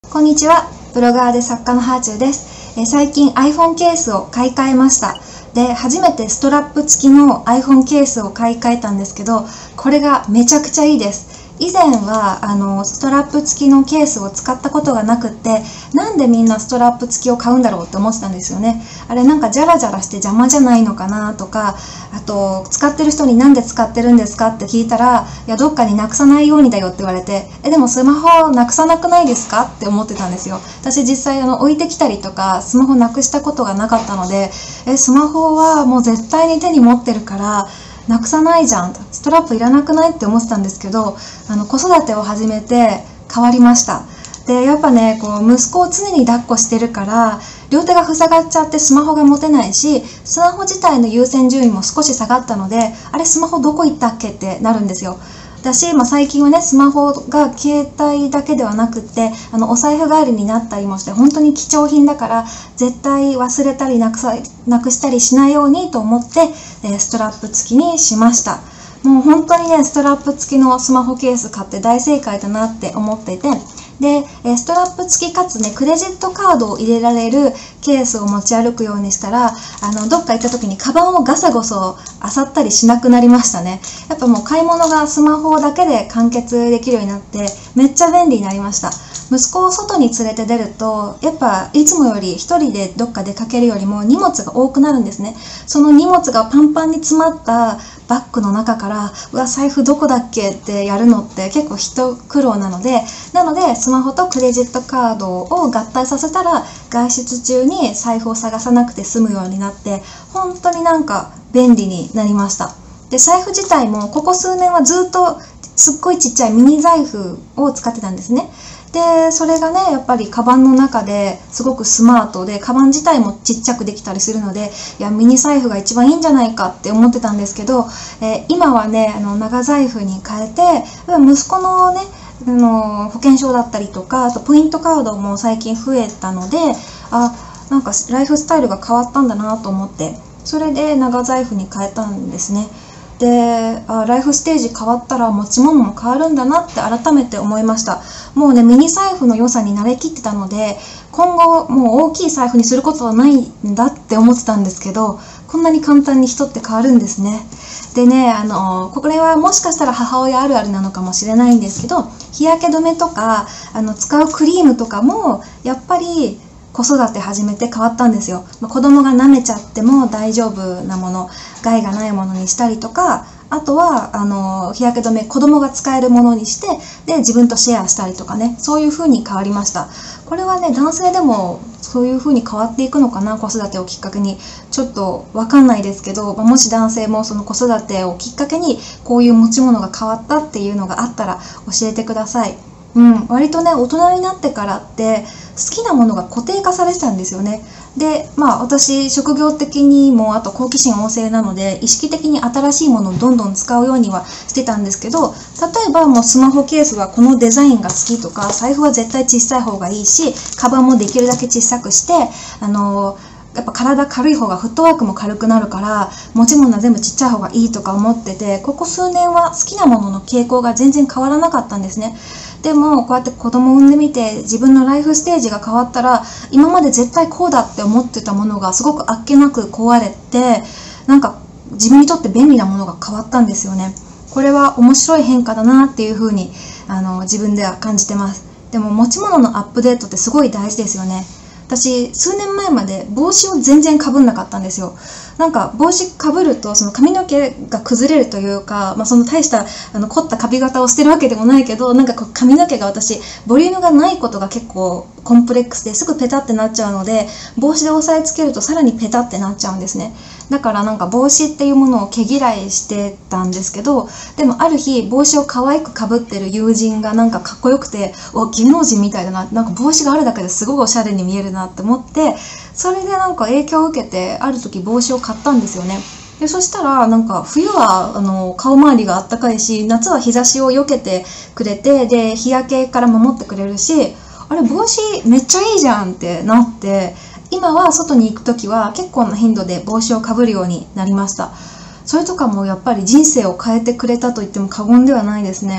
こんにちは。ブロガーで作家のハーチューです。最近 iPhone ケースを買い替えました。で、初めてストラップ付きの iPhone ケースを買い替えたんですけど、これがめちゃくちゃいいです。以前はストラップ付きのケースを使ったことがなくって、なんでみんなストラップ付きを買うんだろうって思ってたんですよね。あれなんかジャラジャラして邪魔じゃないのかなとか、あと使ってる人になんで使ってるんですかって聞いたら、いやどっかになくさないようにだよって言われて、でもスマホなくさなくないですかって思ってたんですよ。私実際置いてきたりとかスマホなくしたことがなかったので、スマホはもう絶対に手に持ってるからなくさないじゃん、ストラップいらなくないって思ってたんですけど、子育てを始めて変わりました。でやっぱね、息子を常に抱っこしてるから両手が塞がっちゃってスマホが持てないし、スマホ自体の優先順位も少し下がったので、あれスマホどこ行ったっけってなるんですよ。だし、最近はね、スマホが携帯だけではなくってお財布代わりになったりもして、本当に貴重品だから絶対忘れたりなくしたりしないようにと思って、ストラップ付きにしました。もう本当にね、ストラップ付きのスマホケース買って大正解だなって思っていて、でストラップ付きかつね、クレジットカードを入れられるケースを持ち歩くようにしたら、どっか行った時にカバンをガサゴソ漁ったりしなくなりましたね。やっぱもう買い物がスマホだけで完結できるようになってめっちゃ便利になりました。息子を外に連れて出ると、やっぱいつもより一人でどっか出かけるよりも荷物が多くなるんですね。その荷物がパンパンに詰まったバッグの中から、うわ財布どこだっけってやるのって結構一苦労なので、スマホとクレジットカードを合体させたら、外出中に財布を探さなくて済むようになって、本当になんか便利になりました。で財布自体もここ数年はずっとすっごいちっちゃいミニ財布を使ってたんですね。でそれがね、やっぱりカバンの中ですごくスマートで、カバン自体もちっちゃくできたりするので、いやミニ財布が一番いいんじゃないかって思ってたんですけど、今はね、長財布に変えて、息子のね保険証だったりとか、あとポイントカードも最近増えたので、なんかライフスタイルが変わったんだなと思って、それで長財布に変えたんですね。でライフステージ変わったら持ち物も変わるんだなって改めて思いました。もうね、ミニ財布の良さに慣れきってたので、今後もう大きい財布にすることはないんだって思ってたんですけど、こんなに簡単に人って変わるんですね。でね、これはもしかしたら母親あるあるなのかもしれないんですけど、日焼け止めとか使うクリームとかもやっぱり子育て始めて変わったんですよ。子供が舐めちゃっても大丈夫なもの、害がないものにしたりとか、あとは日焼け止め子供が使えるものにして、で自分とシェアしたりとかね、そういう風に変わりました。これはね、男性でもそういう風に変わっていくのかな、子育てをきっかけに。ちょっとわかんないですけど、もし男性もその子育てをきっかけにこういう持ち物が変わったっていうのがあったら教えてください。割とね、大人になってからって好きなものが固定化されてたんですよね。で私職業的にも、あと好奇心旺盛なので、意識的に新しいものをどんどん使うようにはしてたんですけど、例えばもうスマホケースはこのデザインが好きとか、財布は絶対小さい方がいいし、カバンもできるだけ小さくして、やっぱ体軽い方がフットワークも軽くなるから、持ち物は全部ちっちゃい方がいいとか思ってて、ここ数年は好きなものの傾向が全然変わらなかったんですね。でもこうやって子供を産んでみて、自分のライフステージが変わったら、今まで絶対こうだって思ってたものがすごくあっけなく壊れて、なんか自分にとって便利なものが変わったんですよね。これは面白い変化だなっていうふうに自分では感じてます。でも持ち物のアップデートってすごい大事ですよね。私数年前まで帽子を全然かぶんなかったんですよ。なんか帽子かぶるとその髪の毛が崩れるというか、その大した凝った髪型をしてるわけでもないけど、なんか髪の毛が私ボリュームがないことが結構コンプレックスですぐペタってなっちゃうので、帽子で押さえつけるとさらにペタってなっちゃうんですね。だからなんか帽子っていうものを毛嫌いしてたんですけど、でもある日帽子を可愛くかぶってる友人がなんかかっこよくて、芸能人みたいだな、なんか帽子があるだけですごいおしゃれに見えるなって思って、それでなんか影響を受けてある時帽子を買ったんですよね。でそしたらなんか冬は顔周りがあったかいし、夏は日差しを避けてくれて、で日焼けから守ってくれるし、あれ帽子めっちゃいいじゃんってなって、今は外に行く時は結構な頻度で帽子をかぶるようになりました。それとかもやっぱり人生を変えてくれたと言っても過言ではないですね。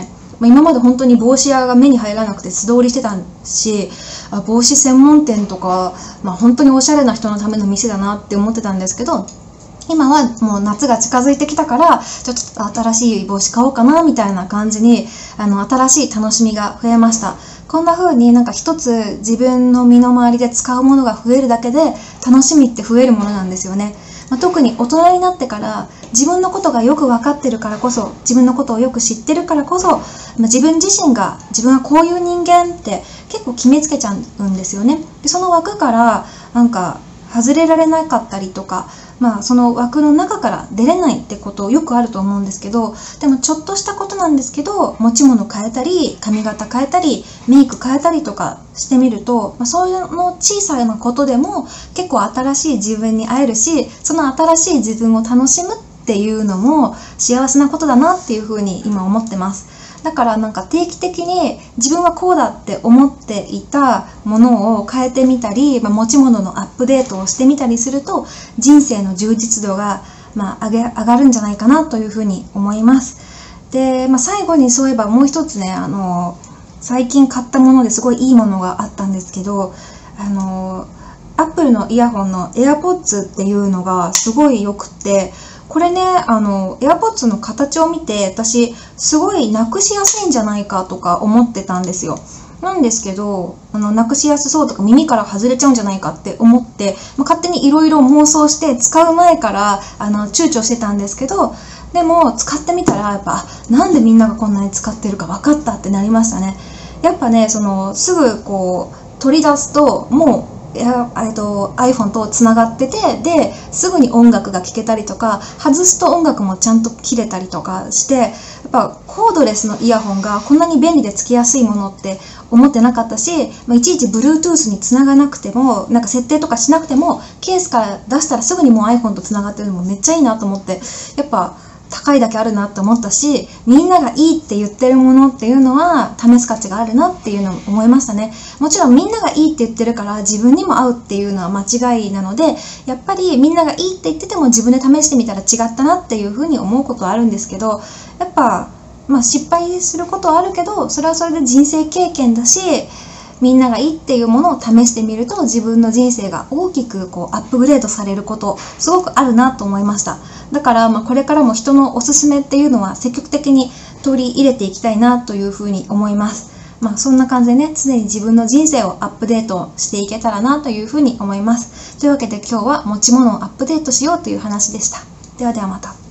今まで本当に帽子屋が目に入らなくて素通りしてたし、帽子専門店とか、本当におしゃれな人のための店だなって思ってたんですけど、今はもう夏が近づいてきたから、ちょっと新しい帽子買おうかなみたいな感じに、新しい楽しみが増えました。こんな風になんか一つ自分の身の回りで使うものが増えるだけで楽しみって増えるものなんですよね。特に大人になってから自分のことがよく分かってるからこそ、自分のことをよく知ってるからこそ、自分自身が自分はこういう人間って結構決めつけちゃうんですよね。でその枠からなんか外れられなかったりとか、その枠の中から出れないってことよくあると思うんですけど、でもちょっとしたことなんですけど、持ち物変えたり髪型変えたりメイク変えたりとかしてみると、そういうの小さなことでも結構新しい自分に会えるし、その新しい自分を楽しむっていうのも幸せなことだなっていうふうに今思ってます。だからなんか定期的に自分はこうだって思っていたものを変えてみたり、持ち物のアップデートをしてみたりすると、人生の充実度が上がるんじゃないかなというふうに思います。で、最後にそういえばもう一つね、最近買ったものですごいいいものがあったんですけど、アップルのイヤホンの AirPods っていうのがすごい良くて、これね、AirPods の形を見て、私、すごいなくしやすいんじゃないかとか思ってたんですよ。なんですけど、なくしやすそうとか耳から外れちゃうんじゃないかって思って、勝手にいろいろ妄想して使う前から躊躇してたんですけど、でも使ってみたらやっぱ、なんでみんながこんなに使ってるか分かったってなりましたね。やっぱね、すぐこう取り出すと、もう、iPhone とつながってて、ですぐに音楽が聴けたりとか、外すと音楽もちゃんと切れたりとかして、やっぱコードレスのイヤホンがこんなに便利でつきやすいものって思ってなかったし、いちいち Bluetooth につながなくても、なんか設定とかしなくても、ケースから出したらすぐにもう iPhone とつながってるのもめっちゃいいなと思って、やっぱ高いだけあるなって思ったし、みんながいいって言ってるものっていうのは試す価値があるなっていうのを思いましたね。もちろんみんながいいって言ってるから自分にも合うっていうのは間違いなので、やっぱりみんながいいって言ってても自分で試してみたら違ったなっていうふうに思うことはあるんですけど、やっぱ失敗することはあるけど、それはそれで人生経験だし、みんながいいっていうものを試してみると自分の人生が大きくアップグレードされることすごくあるなと思いました。だからこれからも人のおすすめっていうのは積極的に取り入れていきたいなというふうに思います。そんな感じでね、常に自分の人生をアップデートしていけたらなというふうに思います。というわけで今日は持ち物をアップデートしようという話でした。ではではまた。